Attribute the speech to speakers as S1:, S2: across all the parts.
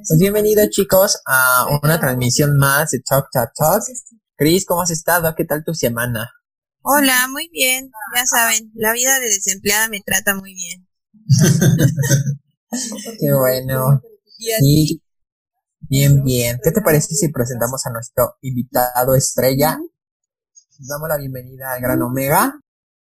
S1: Pues bienvenidos chicos a una transmisión más de Talk Talk Talk. Cris, ¿cómo has estado? ¿Qué tal tu semana?
S2: Hola, muy bien. Ya saben, la vida de desempleada me trata muy bien.
S1: Qué bueno.
S2: ¿Y a
S1: Y
S2: ti?
S1: bien, bien. ¿Qué te parece si presentamos a nuestro invitado estrella? Damos la bienvenida al Gran Omega.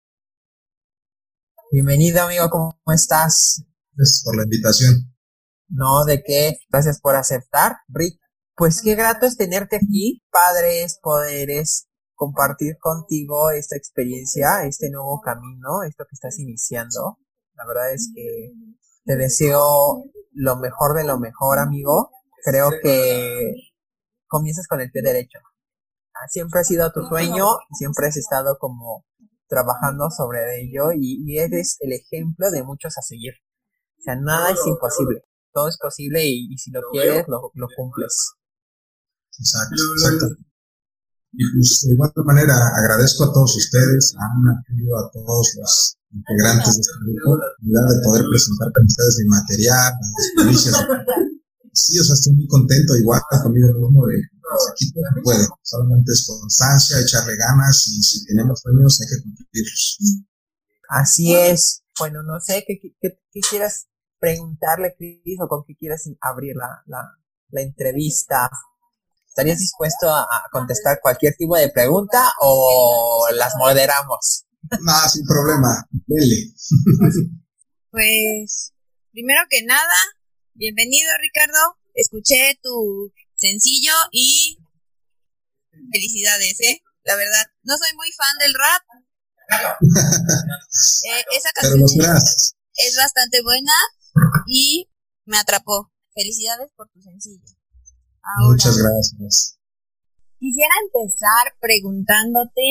S1: Bienvenido, amigo, ¿cómo estás?
S3: Gracias por la invitación.
S1: No, ¿de qué? Gracias por aceptar, Rick. Pues qué grato es tenerte aquí, padres, poderes, compartir contigo esta experiencia, este nuevo camino, esto que estás iniciando. La verdad es que te deseo lo mejor de lo mejor, amigo. Creo que comienzas con el pie derecho. Siempre ha sido tu sueño, siempre has estado como trabajando sobre ello y eres el ejemplo de muchos a seguir. O sea, nada es imposible. Todo es posible y si lo quieres, lo cumples.
S3: Exacto. Y pues de igual manera agradezco a todos ustedes, a Ana, a todos los integrantes de este grupo, la oportunidad de poder presentar con ustedes mi material, las experiencias. Sí, o sea, estoy muy contento, igual conmigo mismo, de pues, aquí todo se puede, solamente es constancia, echarle ganas y si tenemos sueños hay que cumplirlos.
S1: Así es. Bueno, no sé qué quieras preguntarle, Cris, o con qué quieras abrir la entrevista. ¿Estarías dispuesto a contestar cualquier tipo de pregunta o las moderamos?
S3: Nada, sin problema, dele.
S2: Pues, primero que nada, bienvenido, Ricardo. Escuché tu sencillo y felicidades, La verdad, no soy muy fan del rap. Esa
S3: Pero
S2: canción
S3: lo serás.
S2: es bastante buena y me atrapó. Felicidades por tu sencillo. Ahora,
S3: muchas gracias.
S2: Quisiera empezar preguntándote,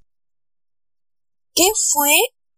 S2: ¿qué fue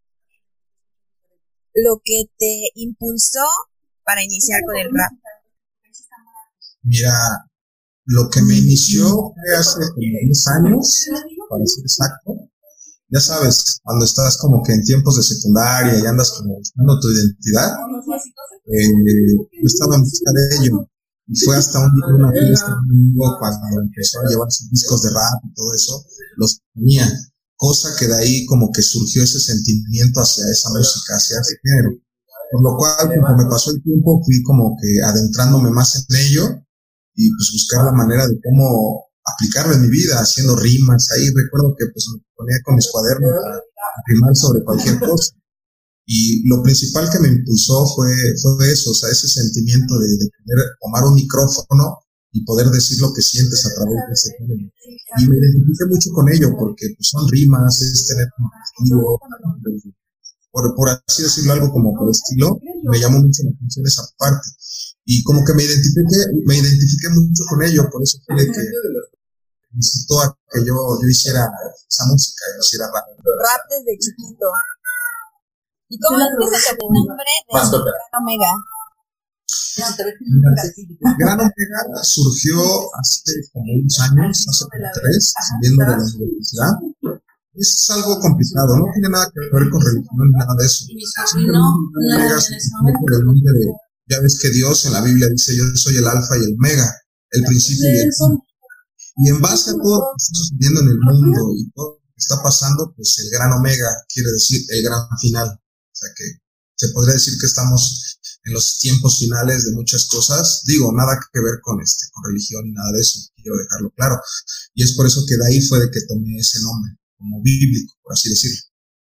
S2: lo que te impulsó para iniciar con el rap?
S3: Mira, lo que me inició fue hace como 10 años, para ser exacto. Ya sabes, cuando estás como que en tiempos de secundaria y andas como buscando tu identidad, yo estaba en busca de ello. Y fue hasta un día una fiesta de un amigo cuando empezó a llevar sus discos de rap y todo eso, los ponía. Cosa que de ahí como que surgió ese sentimiento hacia esa música, hacia ese género. Por lo cual, conforme pasó el tiempo, fui como que adentrándome más en ello y pues buscar la manera de cómo aplicarlo en mi vida, haciendo rimas. Ahí recuerdo que pues me ponía con mis cuadernos a rimar sobre cualquier cosa. Y lo principal que me impulsó fue eso, o sea, ese sentimiento de poder tomar un micrófono y poder decir lo que sientes a través de ese género. Y me identifiqué mucho con ello, porque pues, son rimas, es tener como estilo, por así decirlo, algo como por estilo, me llamó mucho la atención esa parte. Y como que me identifiqué mucho con ello, por eso fue de que me incitó a que yo hiciera esa música, hiciera rap.
S2: Rap desde chiquito. ¿Y cómo empieza con el nombre de Gran Omega?
S3: Gran Omega surgió hace como unos años, hace como 3, saliendo de la universidad. Es algo complicado, no tiene nada que ver con religión ni nada de eso. Simplemente Gran Omega surgió por el nombre de, ya ves que Dios en la Biblia dice, yo soy el alfa y el omega, el principio y el fin. Y en base a todo lo que está sucediendo en el mundo y todo lo que está pasando, pues el Gran Omega quiere decir el gran final. O sea que se podría decir que estamos en los tiempos finales de muchas cosas. Digo, nada que ver con religión ni nada de eso, quiero dejarlo claro. Y es por eso que de ahí fue de que tomé ese nombre, como bíblico, por así decirlo.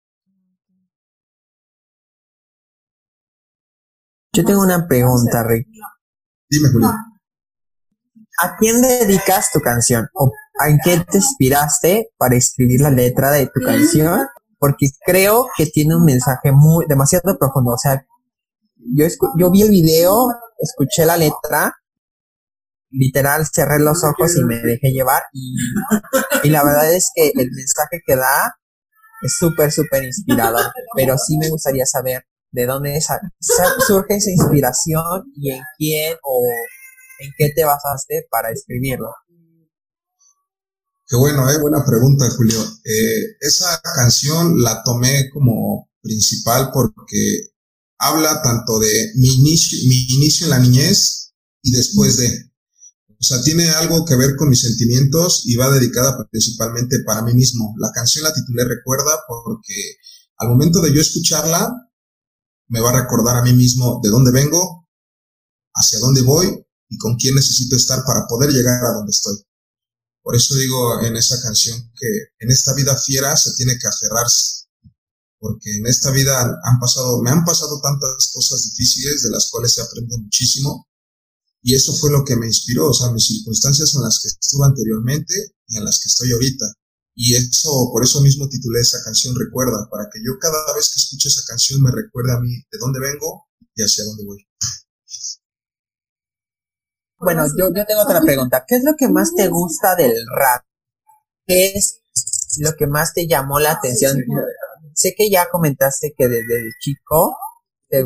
S1: Yo tengo una pregunta, Rick.
S3: Dime, Julio.
S1: ¿A quién dedicas tu canción? ¿O en qué te inspiraste para escribir la letra de tu canción? Porque creo que tiene un mensaje demasiado profundo. O sea, yo vi el video, escuché la letra, literal cerré los ojos y me dejé llevar y la verdad es que el mensaje que da es súper, súper inspirador. Pero sí me gustaría saber de dónde surge esa inspiración y en quién o en qué te basaste para escribirlo.
S3: Qué bueno, buena pregunta, Julio. Esa canción la tomé como principal porque habla tanto de mi inicio en la niñez y después de. O sea, tiene algo que ver con mis sentimientos y va dedicada principalmente para mí mismo. La canción la titulé Recuerda porque al momento de yo escucharla, me va a recordar a mí mismo de dónde vengo, hacia dónde voy y con quién necesito estar para poder llegar a donde estoy. Por eso digo en esa canción que en esta vida fiera se tiene que aferrarse, porque en esta vida me han pasado tantas cosas difíciles de las cuales se aprende muchísimo, y eso fue lo que me inspiró, o sea, mis circunstancias en las que estuve anteriormente y en las que estoy ahorita. Y eso, por eso mismo titulé esa canción Recuerda, para que yo cada vez que escuche esa canción me recuerde a mí de dónde vengo y hacia dónde voy.
S1: Bueno, yo tengo otra pregunta. ¿Qué es lo que más te gusta del rap? ¿Qué es lo que más te llamó la atención? Sé que ya comentaste que desde chico te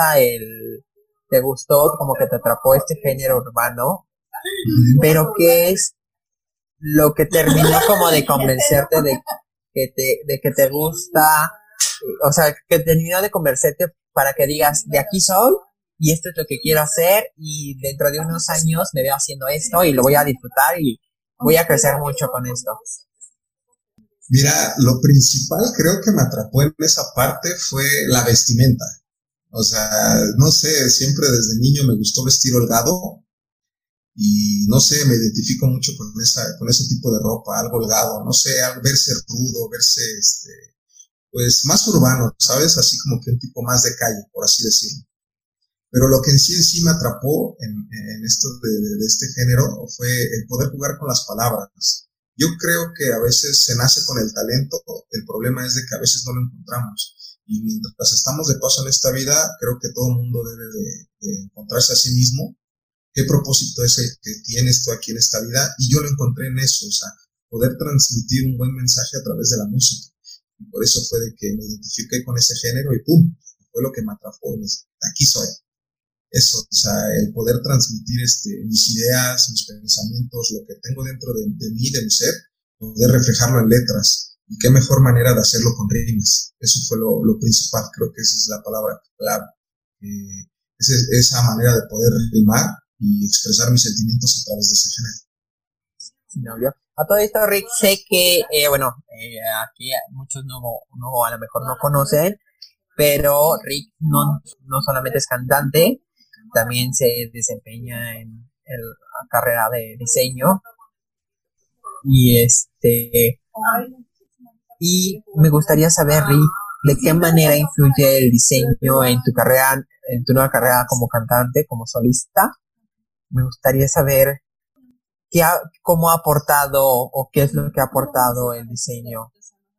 S1: gustó, como que te atrapó este género urbano, pero ¿qué es lo que terminó como de convencerte de que te gusta? O sea, que terminó de convencerte para que digas, de aquí soy, y esto es lo que quiero hacer, y dentro de unos años me veo haciendo esto y lo voy a disfrutar y voy a crecer mucho con esto.
S3: Mira, lo principal creo que me atrapó en esa parte fue la vestimenta. O sea, no sé, siempre desde niño me gustó vestir holgado y no sé, me identifico mucho con ese tipo de ropa, algo holgado, no sé, verse rudo, verse pues más urbano, ¿sabes? Así como que un tipo más de calle, por así decirlo. Pero lo que en sí me atrapó en esto de este género fue el poder jugar con las palabras. Yo creo que a veces se nace con el talento, el problema es de que a veces no lo encontramos. Y mientras estamos de paso en esta vida, creo que todo el mundo debe de encontrarse a sí mismo. ¿Qué propósito es el que tienes tú aquí en esta vida? Y yo lo encontré en eso, o sea, poder transmitir un buen mensaje a través de la música. Y por eso fue de que me identifiqué con ese género y ¡pum! Fue lo que me atrapó. Aquí soy. Eso, o sea, el poder transmitir mis ideas, mis pensamientos, lo que tengo dentro de mí, de mi ser, poder reflejarlo en letras. Y qué mejor manera de hacerlo con rimas. Eso fue lo principal, creo que esa es la palabra clave. Esa manera de poder rimar y expresar mis sentimientos a través de ese género.
S1: Sí, no, a todo esto, Rick, sé que, aquí muchos no a lo mejor no conocen, pero Rick no solamente es cantante, también se desempeña en la carrera de diseño, y me gustaría saber, Rick, de qué manera influye el diseño en tu carrera, en tu nueva carrera como cantante, como solista. Me gustaría saber cómo ha aportado o qué es lo que ha aportado el diseño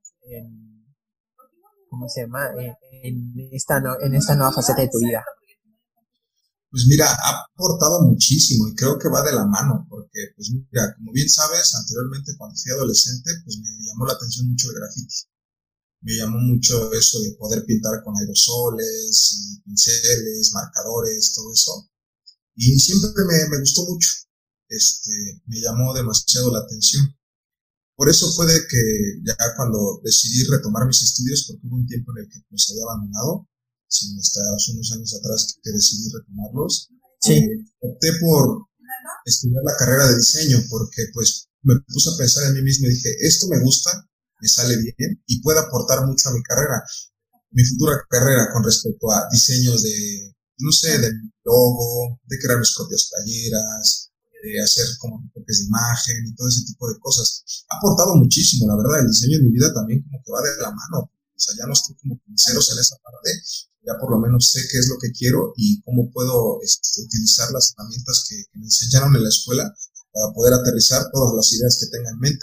S1: en esta nueva faceta de tu vida.
S3: Pues mira, ha aportado muchísimo y creo que va de la mano, porque pues mira, como bien sabes, anteriormente cuando fui adolescente, pues me llamó la atención mucho el graffiti. Me llamó mucho eso de poder pintar con aerosoles y pinceles, marcadores, todo eso. Y siempre me gustó mucho. Me llamó demasiado la atención. Por eso fue de que ya cuando decidí retomar mis estudios, porque hubo un tiempo en el que los había abandonado, sino hasta hace unos años atrás que decidí retomarlos,
S1: sí.
S3: Opté por estudiar la carrera de diseño, porque pues me puse a pensar en mí mismo y dije, esto me gusta, me sale bien y puede aportar mucho a mi carrera, mi futura carrera con respecto a diseños de, no sé, de logo, de crear mis propias playeras, de hacer como toques de imagen y todo ese tipo de cosas. Ha aportado muchísimo, la verdad, el diseño en mi vida también como que va de la mano. O sea, ya no estoy como con ceros en esa parte, ya por lo menos sé qué es lo que quiero y cómo puedo utilizar las herramientas que me enseñaron en la escuela para poder aterrizar todas las ideas que tenga en mente.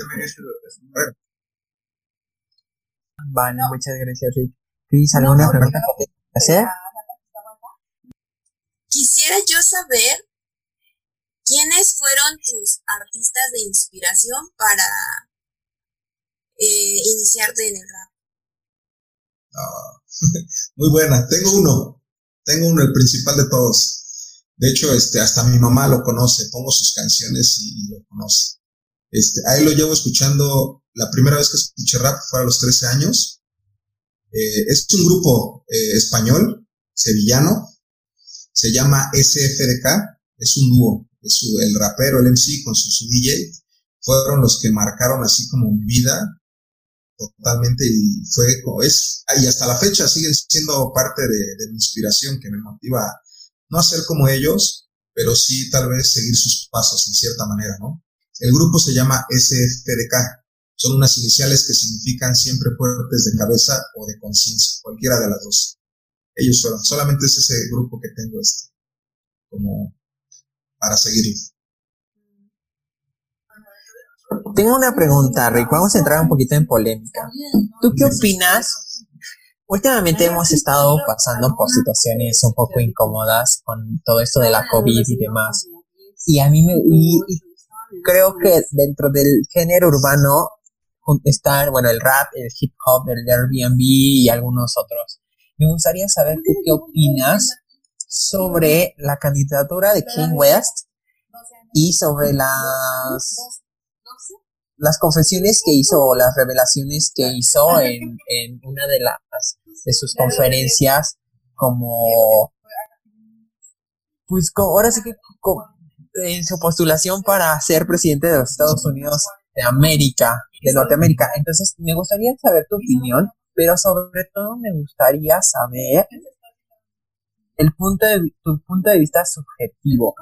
S1: Vale, muchas gracias, Rick. ¿Tienes alguna pregunta que te hacer?
S2: Quisiera yo saber quiénes fueron tus artistas de inspiración para iniciarte en el rap.
S3: Muy buena. Tengo uno, el principal de todos. De hecho, hasta mi mamá lo conoce, pongo sus canciones y lo conoce. A él lo llevo escuchando, la primera vez que escuché rap fue a los 13 años. Es un grupo español, sevillano, se llama SFDK, es un dúo, el rapero, el MC con su DJ, fueron los que marcaron así como mi vida totalmente y fue como es, y hasta la fecha siguen siendo parte de mi inspiración que me motiva no a ser como ellos, pero sí tal vez seguir sus pasos en cierta manera, ¿no? El grupo se llama SFDK, son unas iniciales que significan siempre fuertes de cabeza o de conciencia, cualquiera de las dos. Ellos fueron, solamente es ese grupo que tengo como para seguirlo.
S1: Tengo una pregunta, Rick, vamos a entrar un poquito en polémica. ¿Tú qué opinas? Últimamente hemos estado pasando por situaciones un poco incómodas con todo esto de la COVID y demás. Y a mí y creo que dentro del género urbano están, bueno, el rap, el hip hop, el Airbnb y algunos otros. Me gustaría saber tú qué opinas sobre la candidatura de Kanye West y sobre las confesiones que hizo o las revelaciones que hizo en una de sus conferencias ahora sí que en su postulación para ser presidente de los Estados Unidos de Norteamérica. Entonces, me gustaría saber tu opinión, pero sobre todo me gustaría saber tu punto de vista subjetivo.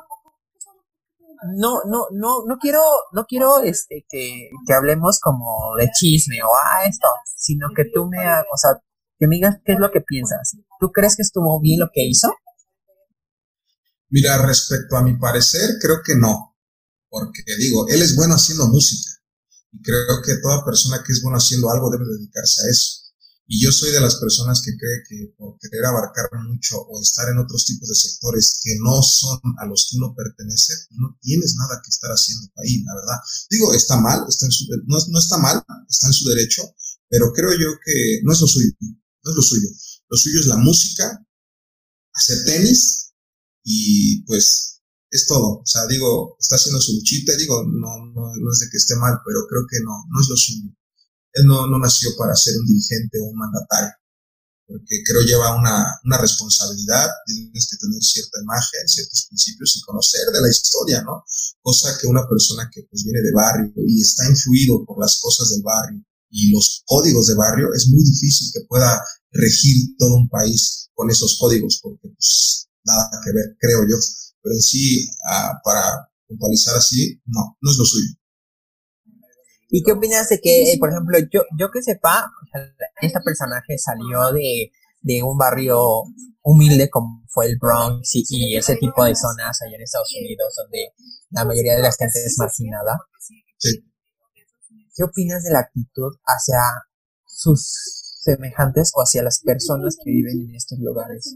S1: No quiero que hablemos como de chisme o esto, sino que que me digas qué es lo que piensas. ¿Tú crees que estuvo bien lo que hizo?
S3: Mira, respecto a mi parecer, creo que no, porque digo, él es bueno haciendo música y creo que toda persona que es bueno haciendo algo debe dedicarse a eso. Y yo soy de las personas que cree que por querer abarcar mucho o estar en otros tipos de sectores que no son a los que uno pertenece, no tienes nada que estar haciendo ahí, la verdad. Digo, está mal, no está mal, está en su derecho, pero creo yo que no es lo suyo, no es lo suyo. Lo suyo es la música, hacer tenis y pues es todo. O sea, digo, está haciendo su luchita, digo, no es de que esté mal, pero creo que no es lo suyo. Él no nació para ser un dirigente o un mandatario, porque creo lleva una responsabilidad, tienes que tener cierta imagen, ciertos principios y conocer de la historia, ¿no? Cosa que una persona que pues viene de barrio y está influido por las cosas del barrio y los códigos de barrio, es muy difícil que pueda regir todo un país con esos códigos, porque pues nada que ver, creo yo. Pero en sí, para puntualizar así, no es lo suyo.
S1: ¿Y qué opinas de que, por ejemplo, yo que sepa, este personaje salió de un barrio humilde como fue el Bronx y ese tipo de zonas allá en Estados Unidos donde la mayoría de la gente es marginada?
S3: Sí.
S1: ¿Qué opinas de la actitud hacia sus semejantes o hacia las personas que viven en estos lugares?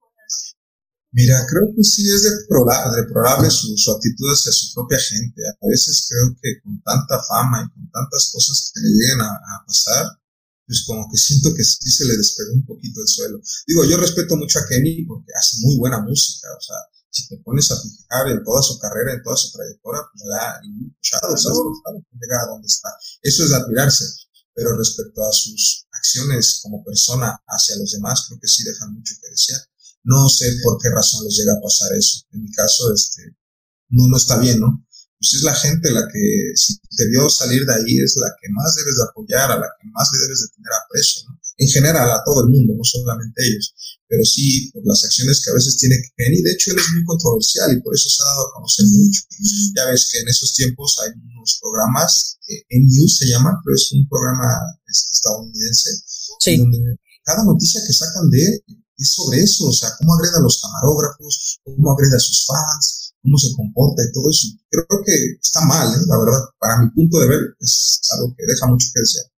S3: Mira, creo que sí es deplorable su actitud hacia su propia gente. A veces creo que con tanta fama y con tantas cosas que le llegan a pasar, pues como que siento que sí se le despegó un poquito el suelo. Digo, yo respeto mucho a Kenny porque hace muy buena música, o sea, si te pones a fijar en toda su carrera, en toda su trayectoria, pues ya luchado, se ha esforzado por llegar a donde está. Eso es de admirarse, pero respecto a sus acciones como persona hacia los demás, creo que sí dejan mucho que desear. No sé por qué razón les llega a pasar eso. En mi caso, no está bien, ¿no? Pues es la gente la que, si te vio salir de ahí, es la que más debes de apoyar, a la que más le debes de tener aprecio, ¿no? En general, a todo el mundo, no solamente ellos. Pero sí, por las acciones que a veces tiene Kenny, de hecho, él es muy controversial y por eso se ha dado a conocer mucho. Ya ves que en esos tiempos hay unos programas, N-News se llama, pero es un programa estadounidense,
S1: sí,
S3: donde cada noticia que sacan de él es sobre eso, o sea, cómo agrede a los camarógrafos, cómo agrede a sus fans, cómo se comporta y todo eso. Creo que está mal, la verdad, para mi punto de ver, es algo que deja mucho que desear.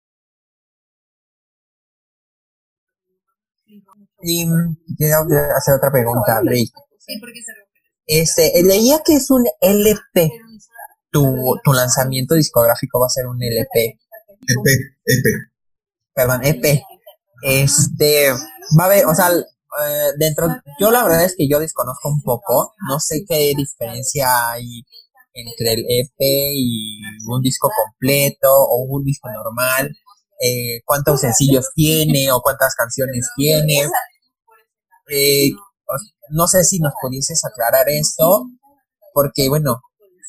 S1: Y quiero hacer otra pregunta, Rick. Leía que es un LP. Tu lanzamiento discográfico va a ser un LP.
S3: EP.
S1: Perdón, EP. Va a haber, o sea, yo la verdad es que yo desconozco un poco, no sé qué diferencia hay entre el EP y un disco completo o un disco normal, cuántos sencillos tiene o cuántas canciones tiene, no sé si nos pudieses aclarar esto porque bueno,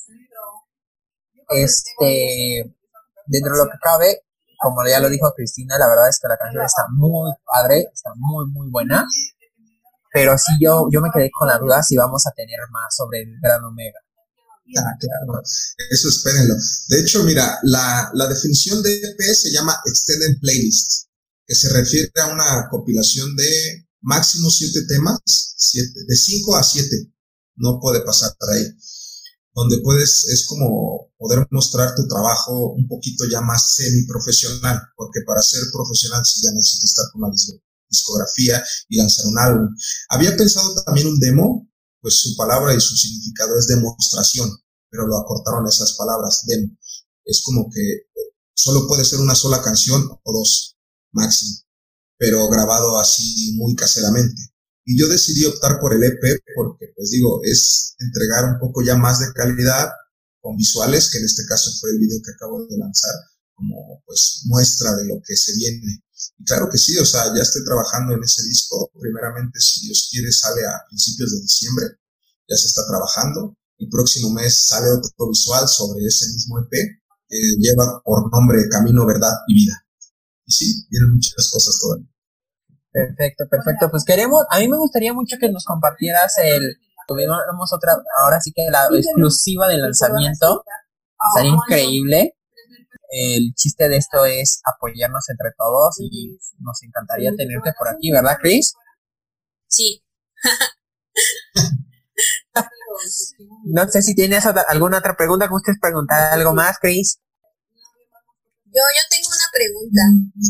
S1: dentro de lo que cabe, como ya lo dijo Cristina, la verdad es que la canción está muy padre, está muy, muy buena, pero sí yo me quedé con la duda si vamos a tener más sobre el Gran Omega.
S3: Ah, claro, eso espérenlo. De hecho, mira, la definición de EP se llama Extended Playlist, que se refiere a una compilación de máximo 7 temas, de 5 a 7, no puede pasar por ahí, donde es como poder mostrar tu trabajo un poquito ya más semiprofesional, porque para ser profesional sí ya necesitas estar con una discografía y lanzar un álbum. Había pensado también un demo, pues su palabra y su significado es demostración, pero lo acortaron esas palabras, demo. Es como que solo puede ser una sola canción o 2, máximo, pero grabado así muy caseramente. Y yo decidí optar por el EP porque, pues digo, es entregar un poco ya más de calidad con visuales, que en este caso fue el video que acabo de lanzar, como pues muestra de lo que se viene. Y claro que sí, o sea, ya estoy trabajando en ese disco. Primeramente, si Dios quiere, sale a principios de diciembre. Ya se está trabajando. El próximo mes sale otro visual sobre ese mismo EP, que lleva por nombre Camino, Verdad y Vida. Y sí, vienen muchas cosas todavía.
S1: Perfecto. Pues a mí me gustaría mucho que nos compartieras tuvimos otra, ahora sí que la exclusiva del lanzamiento. Sería increíble. El chiste de esto es apoyarnos entre todos y nos encantaría tenerte por aquí, ¿verdad, Chris?
S2: Sí.
S1: No sé si tienes alguna otra pregunta, que gustes preguntar algo más, Chris.
S2: Yo tengo una pregunta.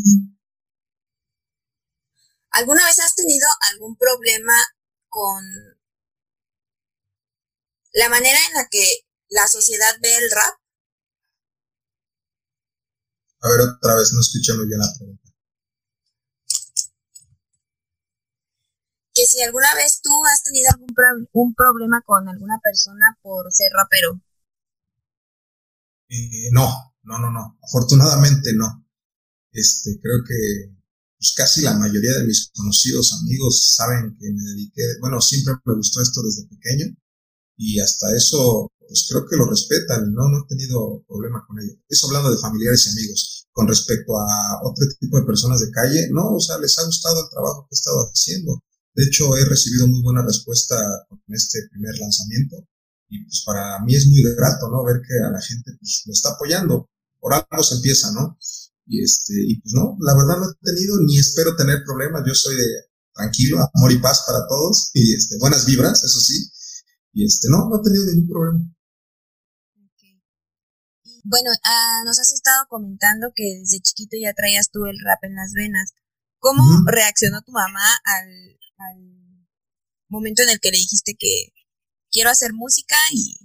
S2: ¿Alguna vez has tenido algún problema con la manera en la que la sociedad ve el rap?
S3: A ver, otra vez, no escuché muy bien la pregunta.
S2: Que si alguna vez tú has tenido un problema con alguna persona por ser rapero.
S3: No. Afortunadamente no. Creo que pues casi la mayoría de mis conocidos amigos saben que me dediqué, siempre me gustó esto desde pequeño y hasta eso, pues creo que lo respetan y no he tenido problema con ello. Eso hablando de familiares y amigos. Con respecto a otro tipo de personas de calle, no, o sea, les ha gustado el trabajo que he estado haciendo. De hecho, he recibido muy buena respuesta con este primer lanzamiento y pues para mí es muy grato, ¿no? Ver que a la gente pues lo está apoyando. Por algo se empieza, ¿no? Y pues no, la verdad no he tenido ni espero tener problemas. Yo soy de tranquilo, amor y paz para todos y buenas vibras, eso sí. Y no he tenido ningún problema.
S2: Okay. Bueno, nos has estado comentando que desde chiquito ya traías tú el rap en las venas. ¿Cómo reaccionó tu mamá al momento en el que le dijiste que quiero hacer música y...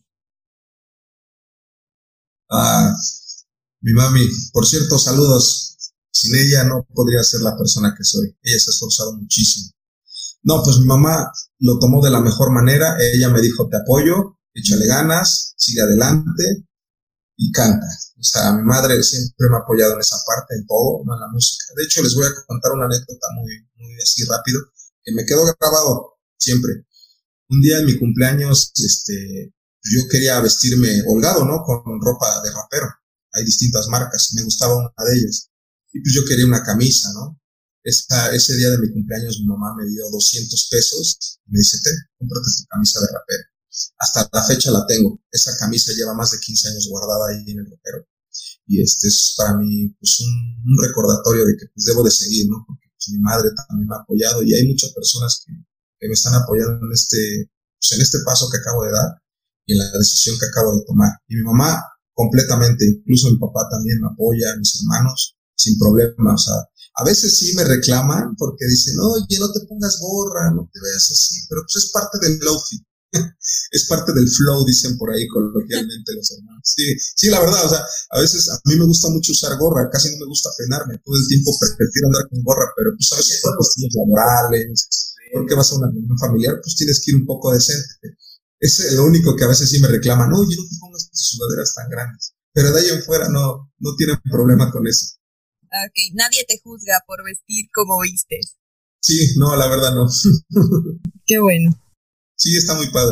S3: Mi mami, por cierto, saludos. Sin ella no podría ser la persona que soy. Ella se ha esforzado muchísimo. No, pues mi mamá lo tomó de la mejor manera. Ella me dijo, te apoyo, échale ganas, sigue adelante y canta. O sea, mi madre siempre me ha apoyado en esa parte, en todo, no en la música. De hecho, les voy a contar una anécdota muy, muy así rápido, que me quedó grabado siempre. Un día en mi cumpleaños, yo quería vestirme holgado, ¿no? Con ropa de rapero. Hay distintas marcas, me gustaba una de ellas. Y pues yo quería una camisa, ¿no? Ese día de mi cumpleaños mi mamá me dio 200 pesos y me dice, cómprate tu camisa de rapero. Hasta la fecha la tengo. Esa camisa lleva más de 15 años guardada ahí en el ropero. Y es para mí pues un recordatorio de que pues debo de seguir, ¿no? Porque pues, mi madre también me ha apoyado y hay muchas personas que me están apoyando en este paso que acabo de dar y en la decisión que acabo de tomar. Y mi mamá completamente, incluso mi papá también me apoya, mis hermanos, sin problema. O sea, a veces sí me reclaman porque dicen, oye, no te pongas gorra, no te veas así, pero pues es parte del outfit. Es parte del flow, dicen por ahí coloquialmente los hermanos. Sí, la verdad, o sea, a veces a mí me gusta mucho usar gorra, casi no me gusta peinarme, todo el tiempo prefiero andar con gorra, pero pues a veces por cuestiones laborales, porque vas a una reunión familiar, pues tienes que ir un poco decente. Es lo único que a veces sí me reclaman, oye, no te pongas tus sudaderas tan grandes, pero de ahí en fuera no tienen problema con eso.
S2: Ok, nadie te juzga por vestir como vistes.
S3: Sí, no, la verdad no.
S2: Qué bueno.
S3: Sí, está muy padre.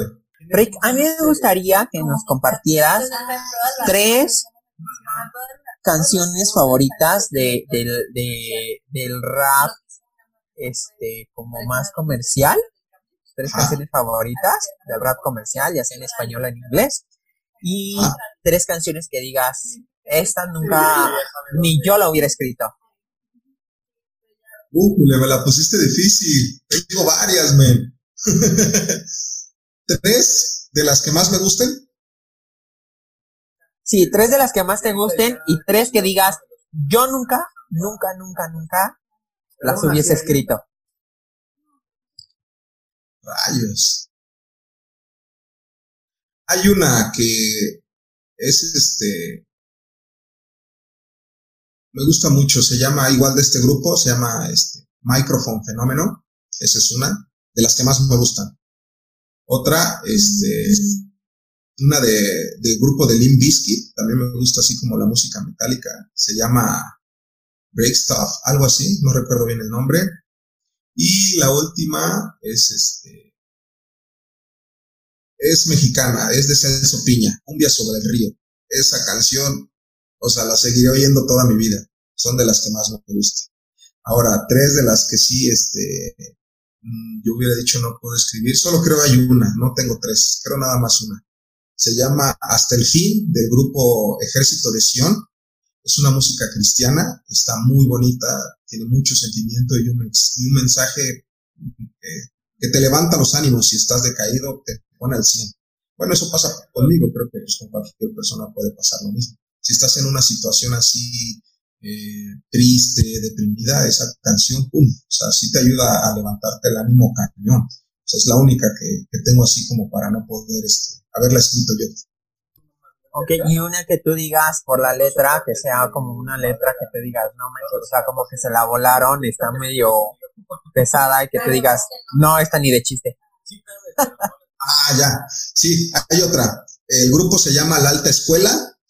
S1: Rick, a mí me gustaría que nos compartieras 3 canciones favoritas del rap, como más comercial. 3 canciones favoritas del rap comercial, ya sea en español o en inglés. Y 3 canciones que digas, esta nunca, ni yo la hubiera escrito.
S3: Me la pusiste difícil. Tengo varias, men. 3 de las que más me gusten.
S1: Sí, 3 de las que más te gusten y 3 que digas, yo nunca las hubiese escrito.
S3: Rayos. Hay una que es me gusta mucho, se llama igual de este grupo, se llama Microphone Fenómeno. Esa es una de las que más me gustan. Otra, una del grupo de Limp Bizkit, también me gusta así como la música metálica, se llama Break Stuff, algo así, no recuerdo bien el nombre. Y la última es mexicana, es de Celso Piña, Cumbia sobre el río. Esa canción, o sea, la seguiré oyendo toda mi vida. Son de las que más me gustan. Ahora, 3 de las que sí, yo hubiera dicho no puedo escribir. Solo creo hay una, no tengo 3, creo nada más una. Se llama Hasta el Fin, del grupo Ejército de Sion. Es una música cristiana, está muy bonita, tiene mucho sentimiento y un mensaje que te levanta los ánimos. Si estás decaído, te pone al 100. Bueno, eso pasa conmigo, creo que pues, con cualquier persona puede pasar lo mismo. Si estás en una situación así triste, deprimida, esa canción, ¡pum! O sea, sí te ayuda a levantarte el ánimo cañón. O sea, es la única que tengo así como para no poder haberla escrito yo.
S1: Ok, y una que tú digas por la letra, que sea como una letra que te digas, no manches, o sea, como que se la volaron, está medio pesada, y que te digas, no, esta ni de chiste.
S3: Ya, sí, hay otra. El grupo se llama La Alta Escuela,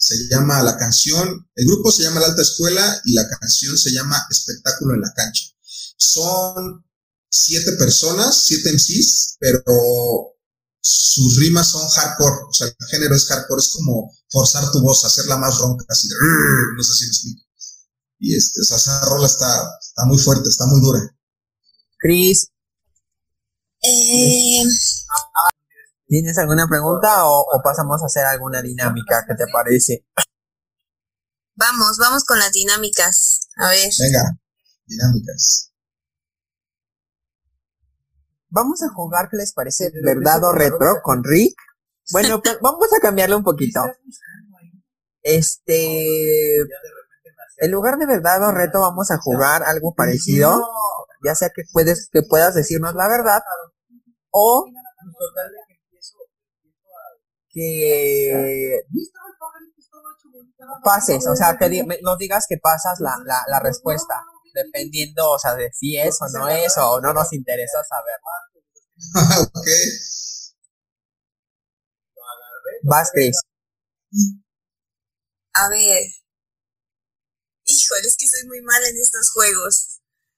S3: el grupo se llama La Alta Escuela y la canción se llama Espectáculo en la Cancha. Son 7 personas, 7 MCs, pero sus rimas son hardcore, o sea, el género es hardcore, es como forzar tu voz, hacerla más ronca, así de, no sé si me explico. Y esa rola está muy fuerte, está muy dura.
S1: Cris, ¿tienes alguna pregunta o pasamos a hacer alguna dinámica? ¿Qué te parece?
S2: Vamos con las dinámicas. A ver.
S3: Venga, dinámicas.
S1: Vamos a jugar, ¿qué les parece? ¿Verdad o retro con Rick? Bueno, pues vamos a cambiarlo un poquito. En lugar de verdad o reto, vamos a jugar algo parecido. Ya sea que puedas decirnos la verdad o que pases, o sea, que nos digas que pasas la respuesta, dependiendo, o sea, de si es o no es, o no nos interesa saber.
S3: Ok.
S1: Vas, Cris.
S2: A ver. Híjole, es que soy muy mala en estos juegos.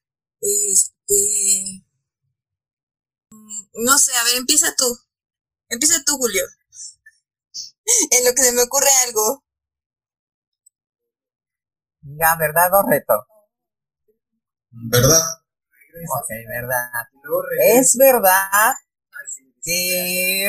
S2: No sé, a ver, empieza tú. Empieza tú, Julio. En lo que se me ocurre algo.
S1: Diga, ¿verdad o reto?
S3: ¿Verdad?
S1: Ok, verdad. Es verdad que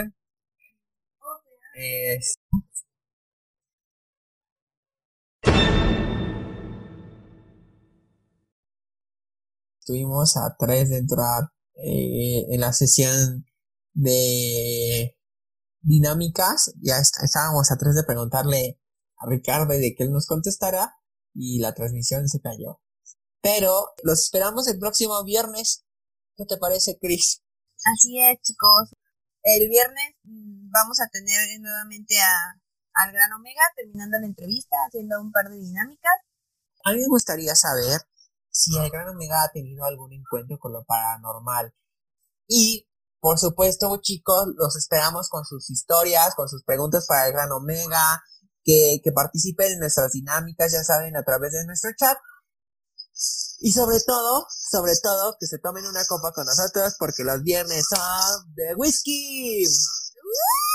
S1: estuvimos a 3 de entrar en la sesión de dinámicas. Ya estábamos a 3 de preguntarle a Ricardo y de que él nos contestara, y la transmisión se cayó. Pero los esperamos el próximo viernes. ¿Qué te parece, Cris?
S2: Así es, chicos. El viernes vamos a tener nuevamente al Gran Omega terminando la entrevista, haciendo un par de dinámicas.
S1: A mí me gustaría saber si el Gran Omega ha tenido algún encuentro con lo paranormal. Y, por supuesto, chicos, los esperamos con sus historias, con sus preguntas para el Gran Omega, que participen en nuestras dinámicas, ya saben, a través de nuestro chat. Y sobre todo, que se tomen una copa con nosotros, porque los viernes son de whisky.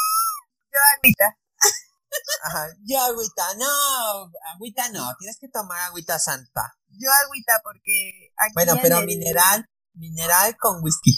S2: agüita.
S1: Ajá, yo agüita no, tienes que tomar agüita santa.
S2: Yo agüita porque aquí
S1: Bueno, pero mineral con whisky.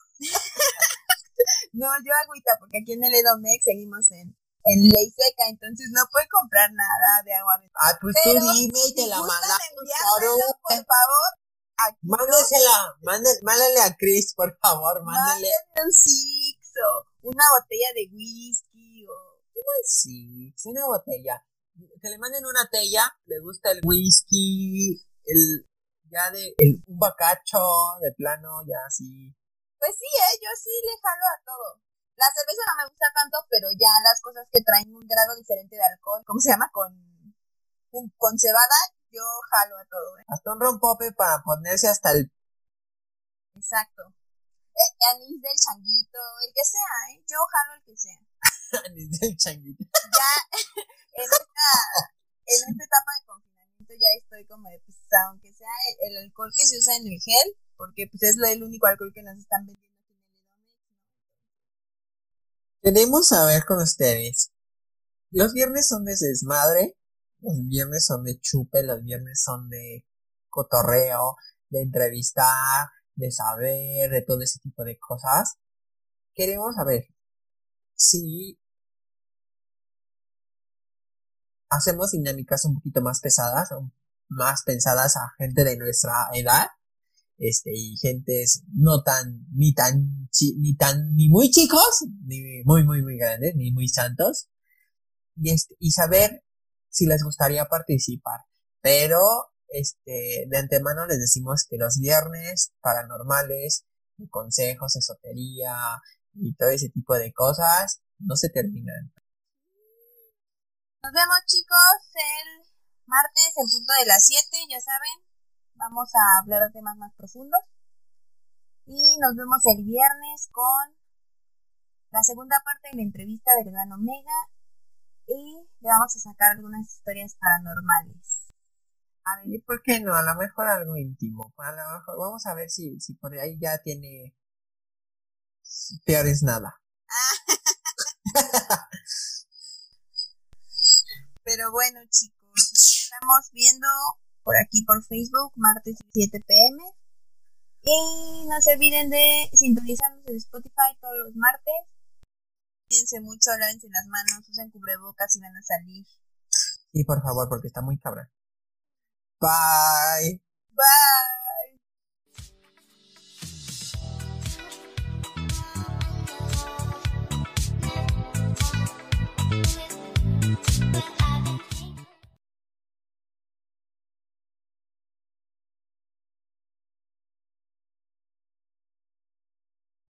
S2: No, yo agüita porque aquí en el Edomex seguimos en ley seca, entonces no puede comprar nada de agua.
S1: Ah, pues
S2: Pero
S1: tú dime y te
S2: si
S1: la
S2: gustan
S1: mandamos
S2: enviármelo, por favor, aquí
S1: mándale a Chris, por favor, mándale.
S2: mándenme un Sixo, una botella de whisky o...
S1: Sí, es una botella. Que le manden una tella, le gusta el whisky, un bacacho, de plano, ya así.
S2: Pues sí, yo sí le jalo a todo. La cerveza no me gusta tanto, pero ya las cosas que traen un grado diferente de alcohol, ¿cómo se llama? Con cebada, yo jalo a todo.
S1: Hasta un rompope para ponerse hasta el...
S2: Exacto. Anís del changuito, el que sea, yo jalo el que sea.
S1: anís del changuito.
S2: Ya en esta etapa de confinamiento ya estoy como de, pues, aunque sea el alcohol que se usa en el gel, porque pues es el único alcohol que nos están vendiendo aquí en el Edomex, ¿no?
S1: Queremos saber con ustedes. Los viernes son de desmadre, los viernes son de chupe, los viernes son de cotorreo, de entrevistar, de saber, de todo ese tipo de cosas. Queremos saber si hacemos dinámicas un poquito más pesadas, más pensadas a gente de nuestra edad, y gentes no ni muy chicos, ni muy, muy, muy grandes, ni muy santos, y saber si les gustaría participar. Pero, de antemano les decimos que los viernes paranormales, de consejos, esotería y todo ese tipo de cosas no se terminan.
S2: Nos vemos, chicos, el martes en punto de las 7, ya saben. Vamos a hablar de temas más profundos. Y nos vemos el viernes con la segunda parte de la entrevista del Gran Omega. Y le vamos a sacar algunas historias paranormales.
S1: A ver, ¿y por qué no? A lo mejor algo íntimo. A lo mejor vamos a ver si por ahí ya tiene peores nada.
S2: Pero bueno, chicos, nos estamos viendo por aquí por Facebook, martes 7 p.m. Y no se olviden de sintonizarnos en Spotify todos los martes. Cuídense mucho, lávense las manos, usen cubrebocas y van a salir.
S1: Y por favor, porque está muy cabrón. Bye.
S2: Bye.